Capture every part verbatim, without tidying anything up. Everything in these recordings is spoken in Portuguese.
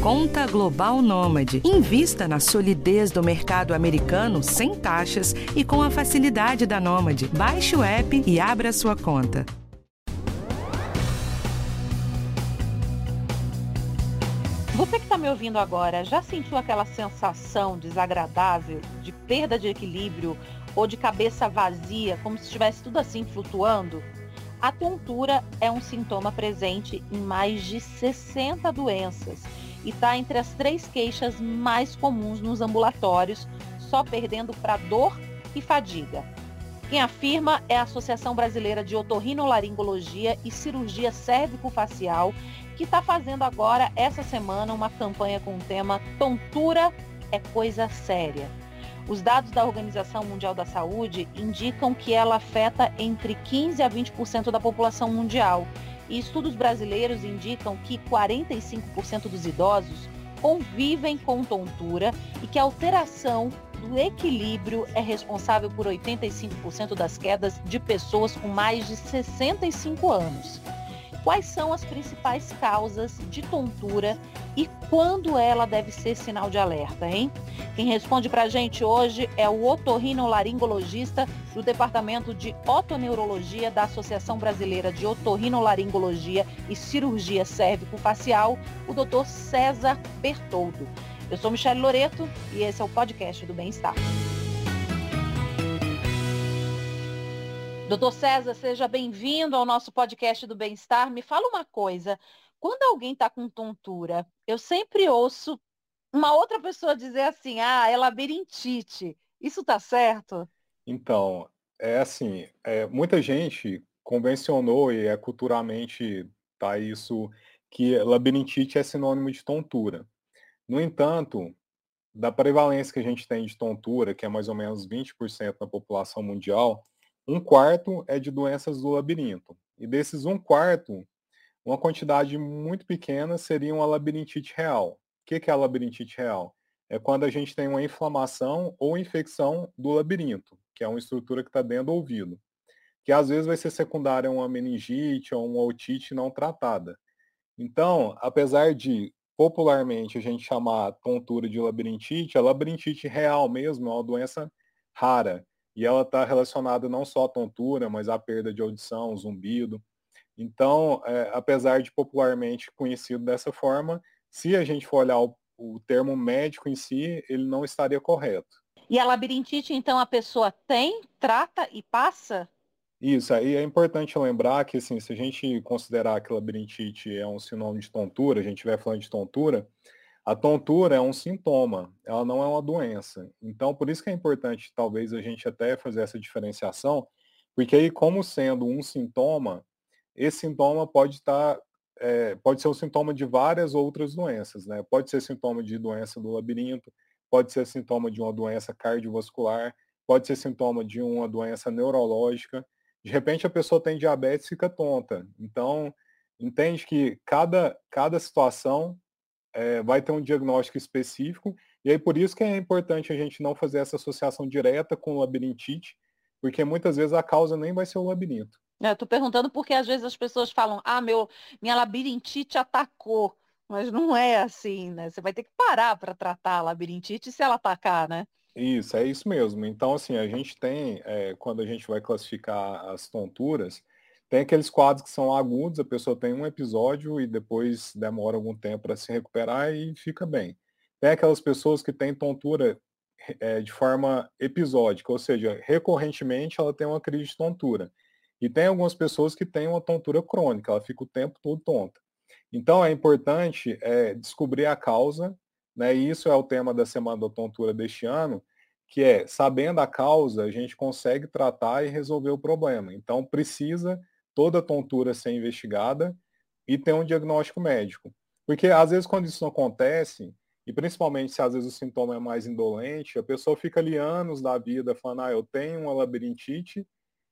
Conta Global Nômade. Invista na solidez do mercado americano sem taxas e com a facilidade da Nômade. Baixe o app e abra sua conta. Você que está me ouvindo agora, já sentiu aquela sensação desagradável de perda de equilíbrio ou de cabeça vazia, como se estivesse tudo assim flutuando? A tontura é um sintoma presente em mais de sessenta doenças e está entre as três queixas mais comuns nos ambulatórios, só perdendo para dor e fadiga. Quem afirma é a Associação Brasileira de Otorrinolaringologia e Cirurgia Cérvico-Facial, que está fazendo agora, essa semana, uma campanha com o tema Tontura é Coisa Séria. Os dados da Organização Mundial da Saúde indicam que ela afeta entre quinze a vinte por cento da população mundial. E estudos brasileiros indicam que quarenta e cinco por cento dos idosos convivem com tontura e que a alteração do equilíbrio é responsável por oitenta e cinco por cento das quedas de pessoas com mais de sessenta e cinco anos. Quais são as principais causas de tontura e quando ela deve ser sinal de alerta, hein? Quem responde pra gente hoje é o otorrinolaringologista do Departamento de Otoneurologia da Associação Brasileira de Otorrinolaringologia e Cirurgia Cérvico-Facial, o doutor César Bertoldo. Eu sou Michele Loreto e esse é o podcast do Bem-Estar. doutor César, seja bem-vindo ao nosso podcast do Bem-Estar. Me fala uma coisa, quando alguém está com tontura, eu sempre ouço uma outra pessoa dizer assim, ah, é labirintite. Isso tá certo? Então, é assim, é, muita gente convencionou e é culturalmente tá isso, que labirintite é sinônimo de tontura. No entanto, da prevalência que a gente tem de tontura, que é mais ou menos vinte por cento da população mundial, um quarto é de doenças do labirinto. E desses um quarto, uma quantidade muito pequena seria uma labirintite real. O que é a labirintite real? É quando a gente tem uma inflamação ou infecção do labirinto, que é uma estrutura que está dentro do ouvido, que às vezes vai ser secundária a uma meningite ou uma otite não tratada. Então, apesar de popularmente a gente chamar a tontura de labirintite, a labirintite real mesmo é uma doença rara. E ela está relacionada não só à tontura, mas à perda de audição, zumbido. Então, é, apesar de popularmente conhecido dessa forma, se a gente for olhar o, o termo médico em si, ele não estaria correto. E a labirintite, então, a pessoa tem, trata e passa? Isso, aí é importante lembrar que, assim, se a gente considerar que labirintite é um sinônimo de tontura, a gente estiver falando de tontura, a tontura é um sintoma, ela não é uma doença. Então, por isso que é importante, talvez, a gente até fazer essa diferenciação, porque aí, como sendo um sintoma, esse sintoma pode estar, é, pode ser um sintoma de várias outras doenças, né? Pode ser sintoma de doença do labirinto, pode ser sintoma de uma doença cardiovascular, pode ser sintoma de uma doença neurológica. De repente, a pessoa tem diabetes e fica tonta. Então, entende que cada, cada situação é, vai ter um diagnóstico específico, e aí por isso que é importante a gente não fazer essa associação direta com labirintite, porque muitas vezes a causa nem vai ser o labirinto. Eu estou perguntando porque às vezes as pessoas falam, ah, meu, minha labirintite atacou, mas não é assim, né? Você vai ter que parar para tratar a labirintite se ela atacar, né? Isso, é isso mesmo. Então, assim, a gente tem, é, quando a gente vai classificar as tonturas, tem aqueles quadros que são agudos, a pessoa tem um episódio e depois demora algum tempo para se recuperar e fica bem. Tem aquelas pessoas que têm tontura é, de forma episódica, ou seja, recorrentemente ela tem uma crise de tontura. E tem algumas pessoas que têm uma tontura crônica, ela fica o tempo todo tonta. Então é importante é, descobrir a causa, né? E isso é o tema da Semana da Tontura deste ano, que é, sabendo a causa, a gente consegue tratar e resolver o problema. Então precisa toda tontura ser investigada e ter um diagnóstico médico. Porque às vezes quando isso não acontece, e principalmente se às vezes o sintoma é mais indolente, a pessoa fica ali anos da vida falando, ah, eu tenho uma labirintite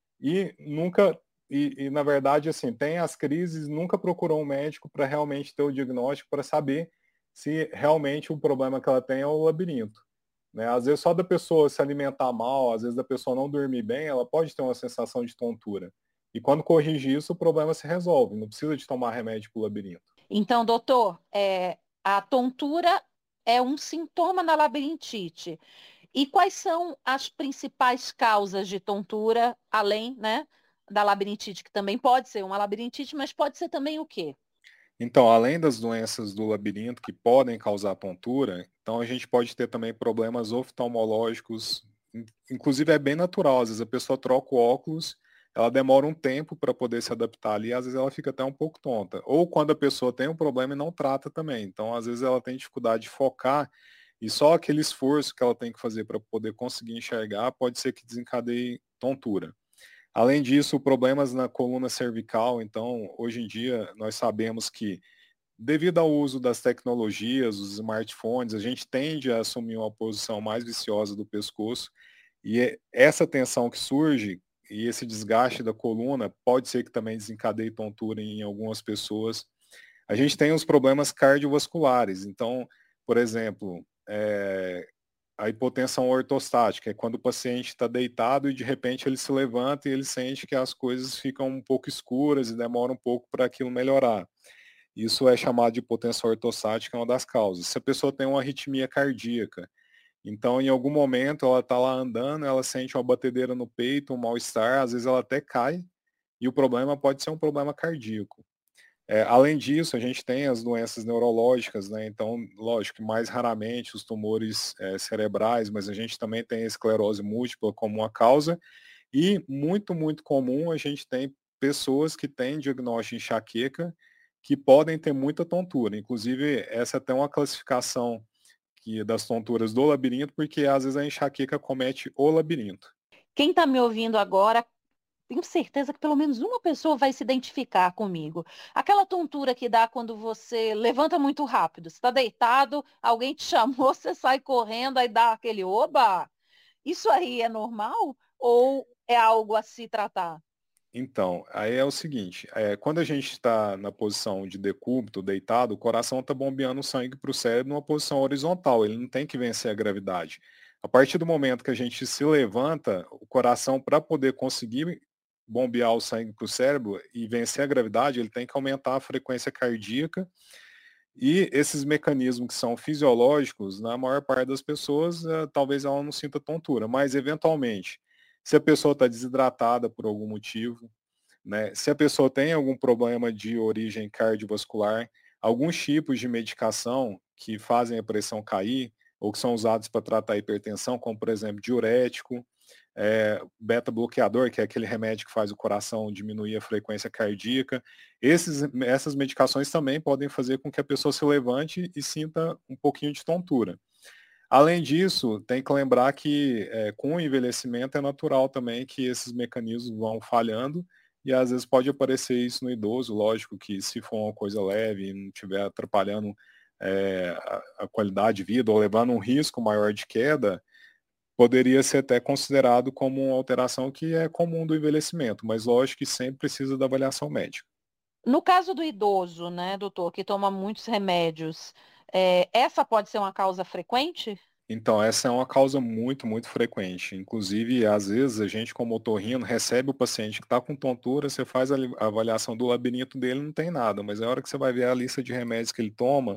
e nunca, e, e na verdade assim, tem as crises, nunca procurou um médico para realmente ter o diagnóstico, para saber se realmente o problema que ela tem é o labirinto. Né? Às vezes só da pessoa se alimentar mal, às vezes da pessoa não dormir bem, ela pode ter uma sensação de tontura. E quando corrige isso, o problema se resolve, não precisa de tomar remédio para o labirinto. Então, doutor, é, A tontura é um sintoma da labirintite. E quais são as principais causas de tontura, além, né, da labirintite, que também pode ser uma labirintite, mas pode ser também o quê? Então, além das doenças do labirinto que podem causar tontura, então a gente pode ter também problemas oftalmológicos, in- inclusive é bem natural, às vezes a pessoa troca o óculos, ela demora um tempo para poder se adaptar ali, às vezes ela fica até um pouco tonta. Ou quando a pessoa tem um problema e não trata também, então às vezes ela tem dificuldade de focar e só aquele esforço que ela tem que fazer para poder conseguir enxergar pode ser que desencadeie tontura. Além disso, problemas na coluna cervical, então, hoje em dia, nós sabemos que, devido ao uso das tecnologias, os smartphones, a gente tende a assumir uma posição mais viciosa do pescoço, e é- essa tensão que surge e esse desgaste da coluna pode ser que também desencadeie tontura em algumas pessoas. A gente tem os problemas cardiovasculares, então, por exemplo, eh, a hipotensão ortostática é quando o paciente está deitado e de repente ele se levanta e ele sente que as coisas ficam um pouco escuras e demora um pouco para aquilo melhorar. Isso é chamado de hipotensão ortostática, é uma das causas. Se a pessoa tem uma arritmia cardíaca, então em algum momento ela está lá andando, ela sente uma batedeira no peito, um mal-estar, às vezes ela até cai, e o problema pode ser um problema cardíaco. É, além disso, a gente tem as doenças neurológicas, né? Então, lógico que mais raramente os tumores eh, cerebrais, mas a gente também tem a esclerose múltipla como uma causa. E muito, muito comum a gente tem pessoas que têm diagnóstico de enxaqueca que podem ter muita tontura. Inclusive, essa é até uma classificação que, das tonturas do labirinto, porque às vezes a enxaqueca comete o labirinto. Quem está me ouvindo agora, tenho certeza que pelo menos uma pessoa vai se identificar comigo. Aquela tontura que dá quando você levanta muito rápido. Você está deitado, alguém te chamou, você sai correndo, aí dá aquele oba. Isso aí é normal ou é algo a se tratar? Então, aí é o seguinte, eh, quando a gente está na posição de decúbito, deitado, o coração está bombeando sangue para o cérebro numa posição horizontal, ele não tem que vencer a gravidade. A partir do momento que a gente se levanta, o coração, para poder conseguir bombear o sangue para o cérebro e vencer a gravidade, ele tem que aumentar a frequência cardíaca e esses mecanismos que são fisiológicos, na maior parte das pessoas, eh, talvez ela não sinta tontura, mas eventualmente, se a pessoa está desidratada por algum motivo, né? Se a pessoa tem algum problema de origem cardiovascular, alguns tipos de medicação que fazem a pressão cair, ou que são usados para tratar a hipertensão, como por exemplo diurético, é, beta-bloqueador, que é aquele remédio que faz o coração diminuir a frequência cardíaca. Esses, essas medicações também podem fazer com que a pessoa se levante e sinta um pouquinho de tontura. Além disso, tem que lembrar que é, com o envelhecimento é natural também que esses mecanismos vão falhando e às vezes pode aparecer isso no idoso, lógico que se for uma coisa leve e não estiver atrapalhando é, a, a qualidade de vida ou levando um risco maior de queda, poderia ser até considerado como uma alteração que é comum do envelhecimento, mas lógico que sempre precisa da avaliação médica. No caso do idoso, né, doutor, que toma muitos remédios, é, essa pode ser uma causa frequente? Então, essa é uma causa muito, muito frequente. Inclusive, às vezes, a gente, como otorrino, recebe o paciente que está com tontura, você faz a li- a avaliação do labirinto dele, não tem nada, mas a hora que você vai ver a lista de remédios que ele toma,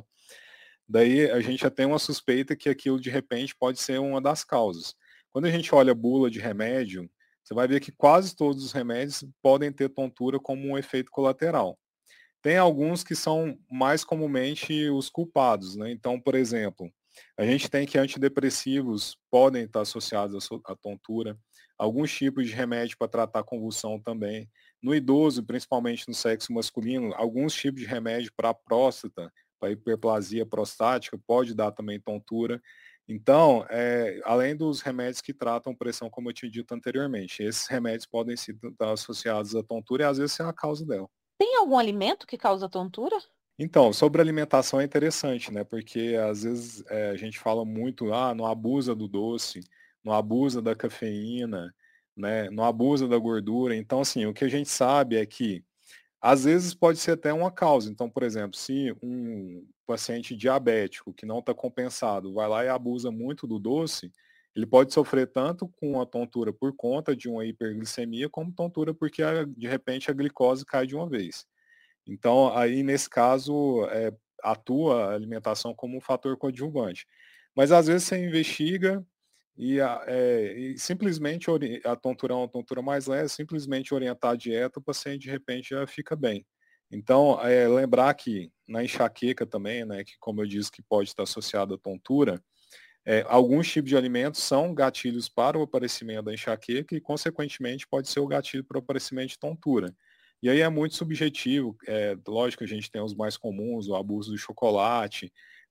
daí a gente já tem uma suspeita que aquilo, de repente, pode ser uma das causas. Quando a gente olha a bula de remédio, você vai ver que quase todos os remédios podem ter tontura como um efeito colateral. Tem alguns que são mais comumente os culpados, né? Então, por exemplo, a gente tem que antidepressivos podem estar associados à so- à tontura, alguns tipos de remédio para tratar convulsão também. No idoso, principalmente no sexo masculino, alguns tipos de remédio para a próstata, para hiperplasia prostática, pode dar também tontura. Então, é, além dos remédios que tratam pressão, como eu tinha dito anteriormente, esses remédios podem ser estar associados à tontura e às vezes ser a causa dela. Tem algum alimento que causa tontura? Então, sobre alimentação é interessante, né? Porque às vezes eh, a gente fala muito, ah, não abusa do doce, não abusa da cafeína, né? Não abusa da gordura. Então, assim, o que a gente sabe é que às vezes pode ser até uma causa. Então, por exemplo, se um paciente diabético que não está compensado vai lá e abusa muito do doce, ele pode sofrer tanto com a tontura por conta de uma hiperglicemia, como tontura porque a- de repente a glicose cai de uma vez. Então, aí nesse caso, é, atua a alimentação como um fator coadjuvante. Mas às vezes você investiga e, a, é, e simplesmente ori- a tontura é uma tontura mais leve, simplesmente orientar a dieta, o paciente de repente já fica bem. Então, é, lembrar que na enxaqueca também, né, que como eu disse que pode estar associado à tontura, é, alguns tipos de alimentos são gatilhos para o aparecimento da enxaqueca e, consequentemente, pode ser o gatilho para o aparecimento de tontura. E aí é muito subjetivo, é, lógico que a gente tem os mais comuns, o abuso do chocolate,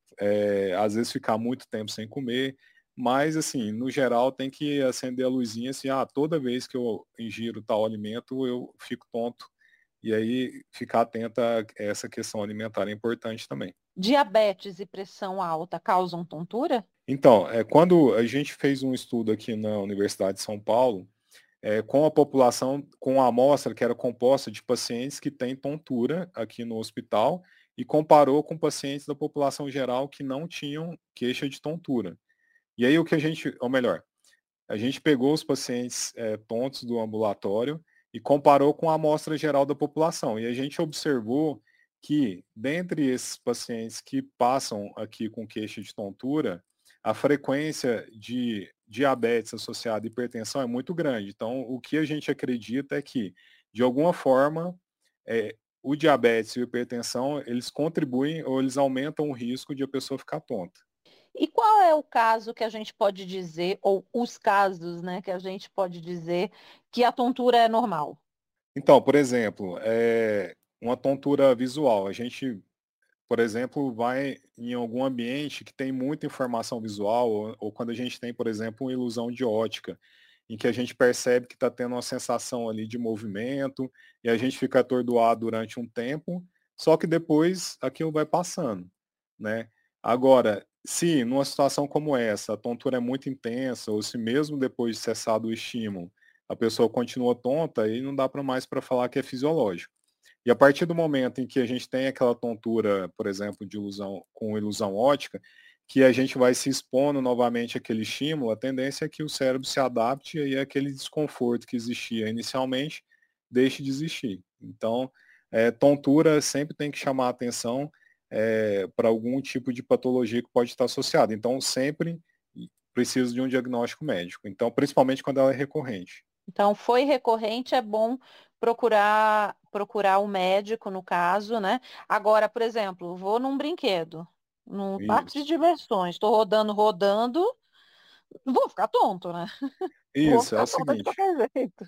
é, às vezes ficar muito tempo sem comer, mas assim, no geral tem que acender a luzinha assim, ah, toda vez que eu ingiro tal alimento eu fico tonto. E aí ficar atenta a essa questão alimentar é importante também. Diabetes e pressão alta causam tontura? Então, é, quando a gente fez um estudo aqui na Universidade de São Paulo, é, com a população, com a amostra que era composta de pacientes que têm tontura aqui no hospital e comparou com pacientes da população geral que não tinham queixa de tontura. E aí o que a gente, ou melhor, a gente pegou os pacientes é, tontos do ambulatório e comparou com a amostra geral da população. E a gente observou que, dentre esses pacientes que passam aqui com queixa de tontura, a frequência de diabetes associada à hipertensão é muito grande. Então, o que a gente acredita é que, de alguma forma, é, o diabetes e a hipertensão, eles contribuem ou eles aumentam o risco de a pessoa ficar tonta. E qual é o caso que a gente pode dizer, ou os casos, né, que a gente pode dizer que a tontura é normal? Então, por exemplo, é, uma tontura visual. A gente, por exemplo, vai em algum ambiente que tem muita informação visual, ou, ou quando a gente tem, por exemplo, uma ilusão de ótica, em que a gente percebe que está tendo uma sensação ali de movimento, e a gente fica atordoado durante um tempo, só que depois aquilo vai passando, né? Agora, se numa situação como essa, a tontura é muito intensa, ou se mesmo depois de cessado o estímulo, a pessoa continua tonta, aí não dá para mais para falar que é fisiológico. E a partir do momento em que a gente tem aquela tontura, por exemplo, de ilusão, com ilusão ótica, que a gente vai se expondo novamente àquele estímulo, a tendência é que o cérebro se adapte e aí aquele desconforto que existia inicialmente deixe de existir. Então, é, tontura sempre tem que chamar a atenção é, para algum tipo de patologia que pode estar associada. Então, sempre precisa de um diagnóstico médico. Então, principalmente quando ela é recorrente. Então, foi recorrente, é bom procurar procurar o médico, no caso, né? Agora, por exemplo, vou num brinquedo, num parque de Isso. diversões, estou rodando, rodando, vou ficar tonto, né? Vou Isso, é o ficar tonta de seguinte. qualquer jeito.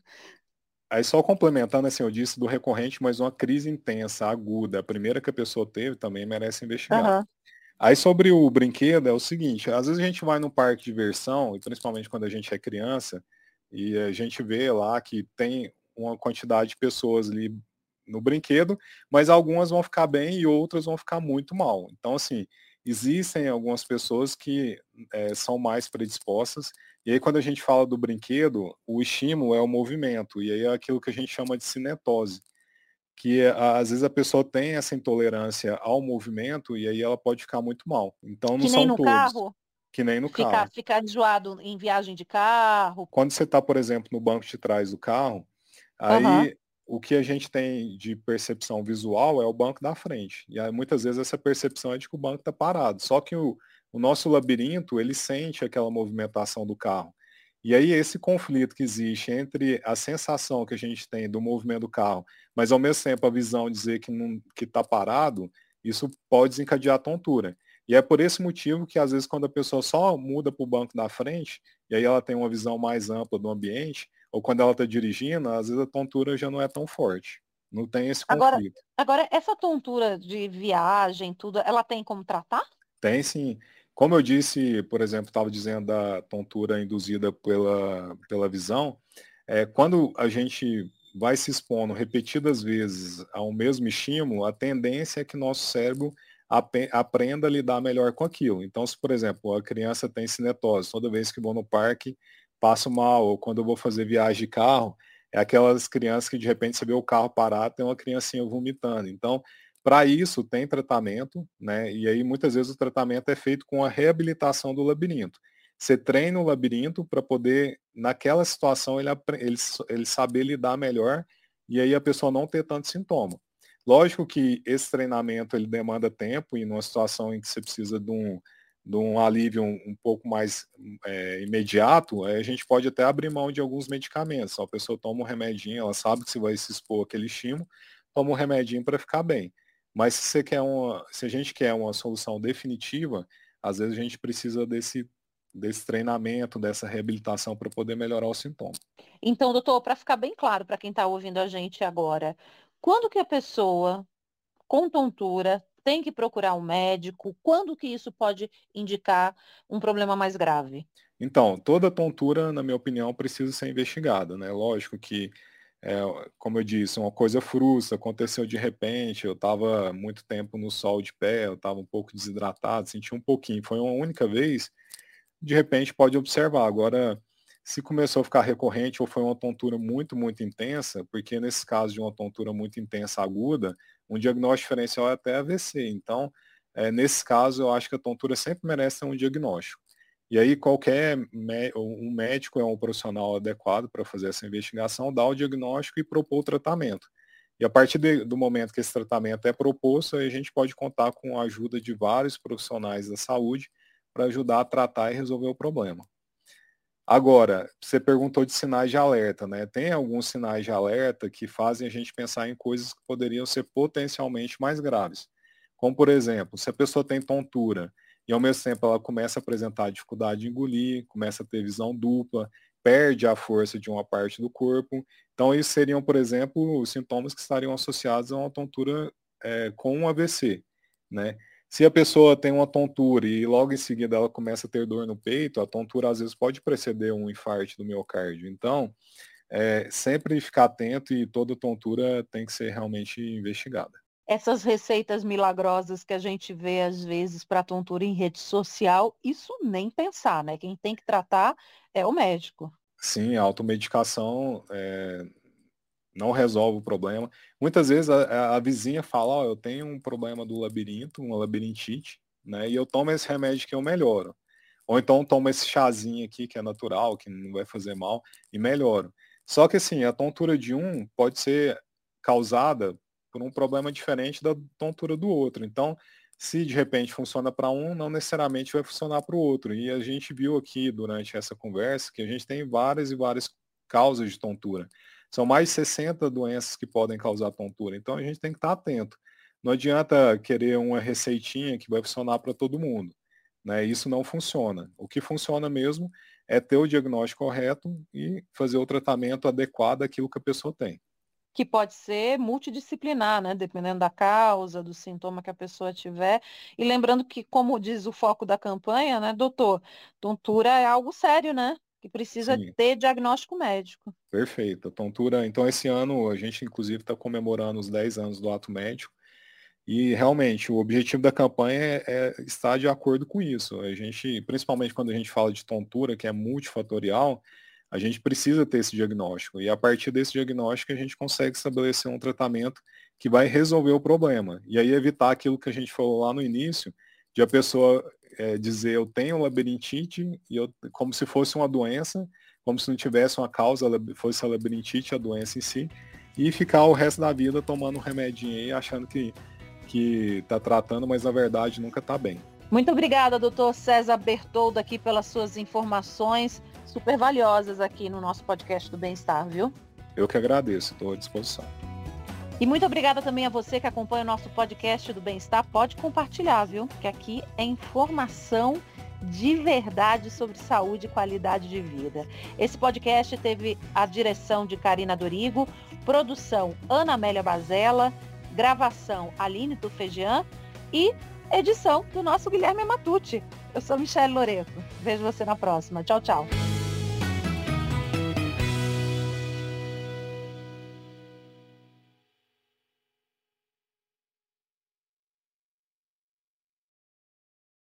Aí só complementando, assim, eu disse do recorrente, mas uma crise intensa, aguda, a primeira que a pessoa teve também merece investigar. Aham. Aí sobre o brinquedo é o seguinte, às vezes a gente vai num parque de diversão, e principalmente quando a gente é criança, e a gente vê lá que tem uma quantidade de pessoas ali no brinquedo, mas algumas vão ficar bem e outras vão ficar muito mal. Então, assim, existem algumas pessoas que é, são mais predispostas, e aí quando a gente fala do brinquedo, o estímulo é o movimento, e aí é aquilo que a gente chama de cinetose, que às vezes a pessoa tem essa intolerância ao movimento e aí ela pode ficar muito mal. Então não Que nem são no todos, carro, que nem no ficar, carro. ficar enjoado em viagem de carro. Quando você está, por exemplo, no banco de trás do carro, Aham. aí o que a gente tem de percepção visual é o banco da frente. E aí, muitas vezes essa percepção é de que o banco está parado. Só que o, o nosso labirinto, ele sente aquela movimentação do carro. E aí esse conflito que existe entre a sensação que a gente tem do movimento do carro, mas ao mesmo tempo a visão dizer que não que está parado, isso pode desencadear a tontura. E é por esse motivo que às vezes quando a pessoa só muda para o banco da frente, e aí ela tem uma visão mais ampla do ambiente, ou quando ela está dirigindo, às vezes a tontura já não é tão forte. Não tem esse Agora, conflito. agora, essa tontura de viagem, tudo, ela tem como tratar? Tem sim. Como eu disse, por exemplo, estava dizendo da tontura induzida pela, pela visão, é, quando a gente vai se expondo repetidas vezes ao mesmo estímulo, a tendência é que nosso cérebro ape- aprenda a lidar melhor com aquilo. Então, se, por exemplo, a criança tem cinetose, toda vez que vou no parque, passo mal, ou quando eu vou fazer viagem de carro, é aquelas crianças que de repente você vê o carro parado, tem uma criancinha vomitando. Então, para isso tem tratamento, né? E aí muitas vezes o tratamento é feito com a reabilitação do labirinto. Você treina o labirinto para poder, naquela situação, ele, ele, ele saber lidar melhor e aí a pessoa não ter tanto sintoma. Lógico que esse treinamento ele demanda tempo e numa situação em que você precisa de um, de um alívio um, um pouco mais é, imediato, a gente pode até abrir mão de alguns medicamentos. A pessoa toma um remedinho, ela sabe que se vai se expor àquele estímulo, toma um remedinho para ficar bem. Mas se você quer uma, se a gente quer uma solução definitiva, às vezes a gente precisa desse, desse treinamento, dessa reabilitação para poder melhorar o sintoma. Então, doutor, para ficar bem claro para quem está ouvindo a gente agora, quando que a pessoa com tontura tem que procurar um médico? Quando que isso pode indicar um problema mais grave? Então, toda tontura, na minha opinião, precisa ser investigada, né? Lógico que, é, como eu disse, uma coisa frustra, aconteceu de repente, eu estava muito tempo no sol de pé, eu estava um pouco desidratado, senti um pouquinho, foi uma única vez, de repente pode observar. Agora, se começou a ficar recorrente ou foi uma tontura muito, muito intensa, porque nesse caso de uma tontura muito intensa aguda, um diagnóstico diferencial é até A V C. Então, é, nesse caso, eu acho que a tontura sempre merece ter um diagnóstico. E aí, qualquer mé- um médico é um profissional adequado para fazer essa investigação, dar o diagnóstico e propor o tratamento. E a partir de, do momento que esse tratamento é proposto, aí a gente pode contar com a ajuda de vários profissionais da saúde para ajudar a tratar e resolver o problema. Agora, você perguntou de sinais de alerta, né? Tem alguns sinais de alerta que fazem a gente pensar em coisas que poderiam ser potencialmente mais graves. Como, por exemplo, se a pessoa tem tontura e ao mesmo tempo ela começa a apresentar dificuldade de engolir, começa a ter visão dupla, perde a força de uma parte do corpo. Então, isso seriam, por exemplo, os sintomas que estariam associados a uma tontura é, com um A V C, né? Se a pessoa tem uma tontura e logo em seguida ela começa a ter dor no peito, a tontura às vezes pode preceder um infarto do miocárdio. Então, é, sempre ficar atento e toda tontura tem que ser realmente investigada. Essas receitas milagrosas que a gente vê às vezes para tontura em rede social, isso nem pensar, né? Quem tem que tratar é o médico. Sim, a automedicação é, não resolve o problema. Muitas vezes a, a vizinha fala, ó, eu tenho um problema do labirinto, uma labirintite, né? E eu tomo esse remédio que eu melhoro. Ou então tomo esse chazinho aqui que é natural, que não vai fazer mal, e melhoro. Só que assim, a tontura de um pode ser causada por um problema diferente da tontura do outro. Então, se de repente funciona para um, não necessariamente vai funcionar para o outro. E a gente viu aqui durante essa conversa que a gente tem várias e várias causas de tontura. São mais de sessenta doenças que podem causar tontura. Então a gente tem que estar atento. Não adianta querer uma receitinha que vai funcionar para todo mundo, né? Isso não funciona. O que funciona mesmo é ter o diagnóstico correto e fazer o tratamento adequado àquilo que a pessoa tem. Que pode ser multidisciplinar, né? Dependendo da causa, do sintoma que a pessoa tiver. E lembrando que, como diz o foco da campanha, né, doutor, tontura é algo sério, né? Que precisa Sim. ter diagnóstico médico. Perfeito. A tontura, então esse ano a gente inclusive está comemorando os dez anos do ato médico e realmente o objetivo da campanha é, é estar de acordo com isso. A gente, principalmente quando a gente fala de tontura, que é multifatorial, a gente precisa ter esse diagnóstico e a partir desse diagnóstico a gente consegue estabelecer um tratamento que vai resolver o problema e aí evitar aquilo que a gente falou lá no início, de a pessoa é, dizer eu tenho labirintite e eu, como se fosse uma doença, como se não tivesse uma causa, fosse a labirintite, a doença em si, e ficar o resto da vida tomando um remedinho aí, achando que que está tratando, mas na verdade nunca está bem. Muito obrigada, doutor César Bertoldo, aqui pelas suas informações super valiosas aqui no nosso podcast do Bem-Estar, viu? Eu que agradeço, estou à disposição. E muito obrigada também a você que acompanha o nosso podcast do Bem-Estar. Pode compartilhar, viu? Que aqui é informação de verdade sobre saúde e qualidade de vida. Esse podcast teve a direção de Karina Dorigo, produção Ana Amélia Bazella, gravação Aline Tufejian e edição do nosso Guilherme Matucci. Eu sou Michele Loreto. Vejo você na próxima. Tchau, tchau.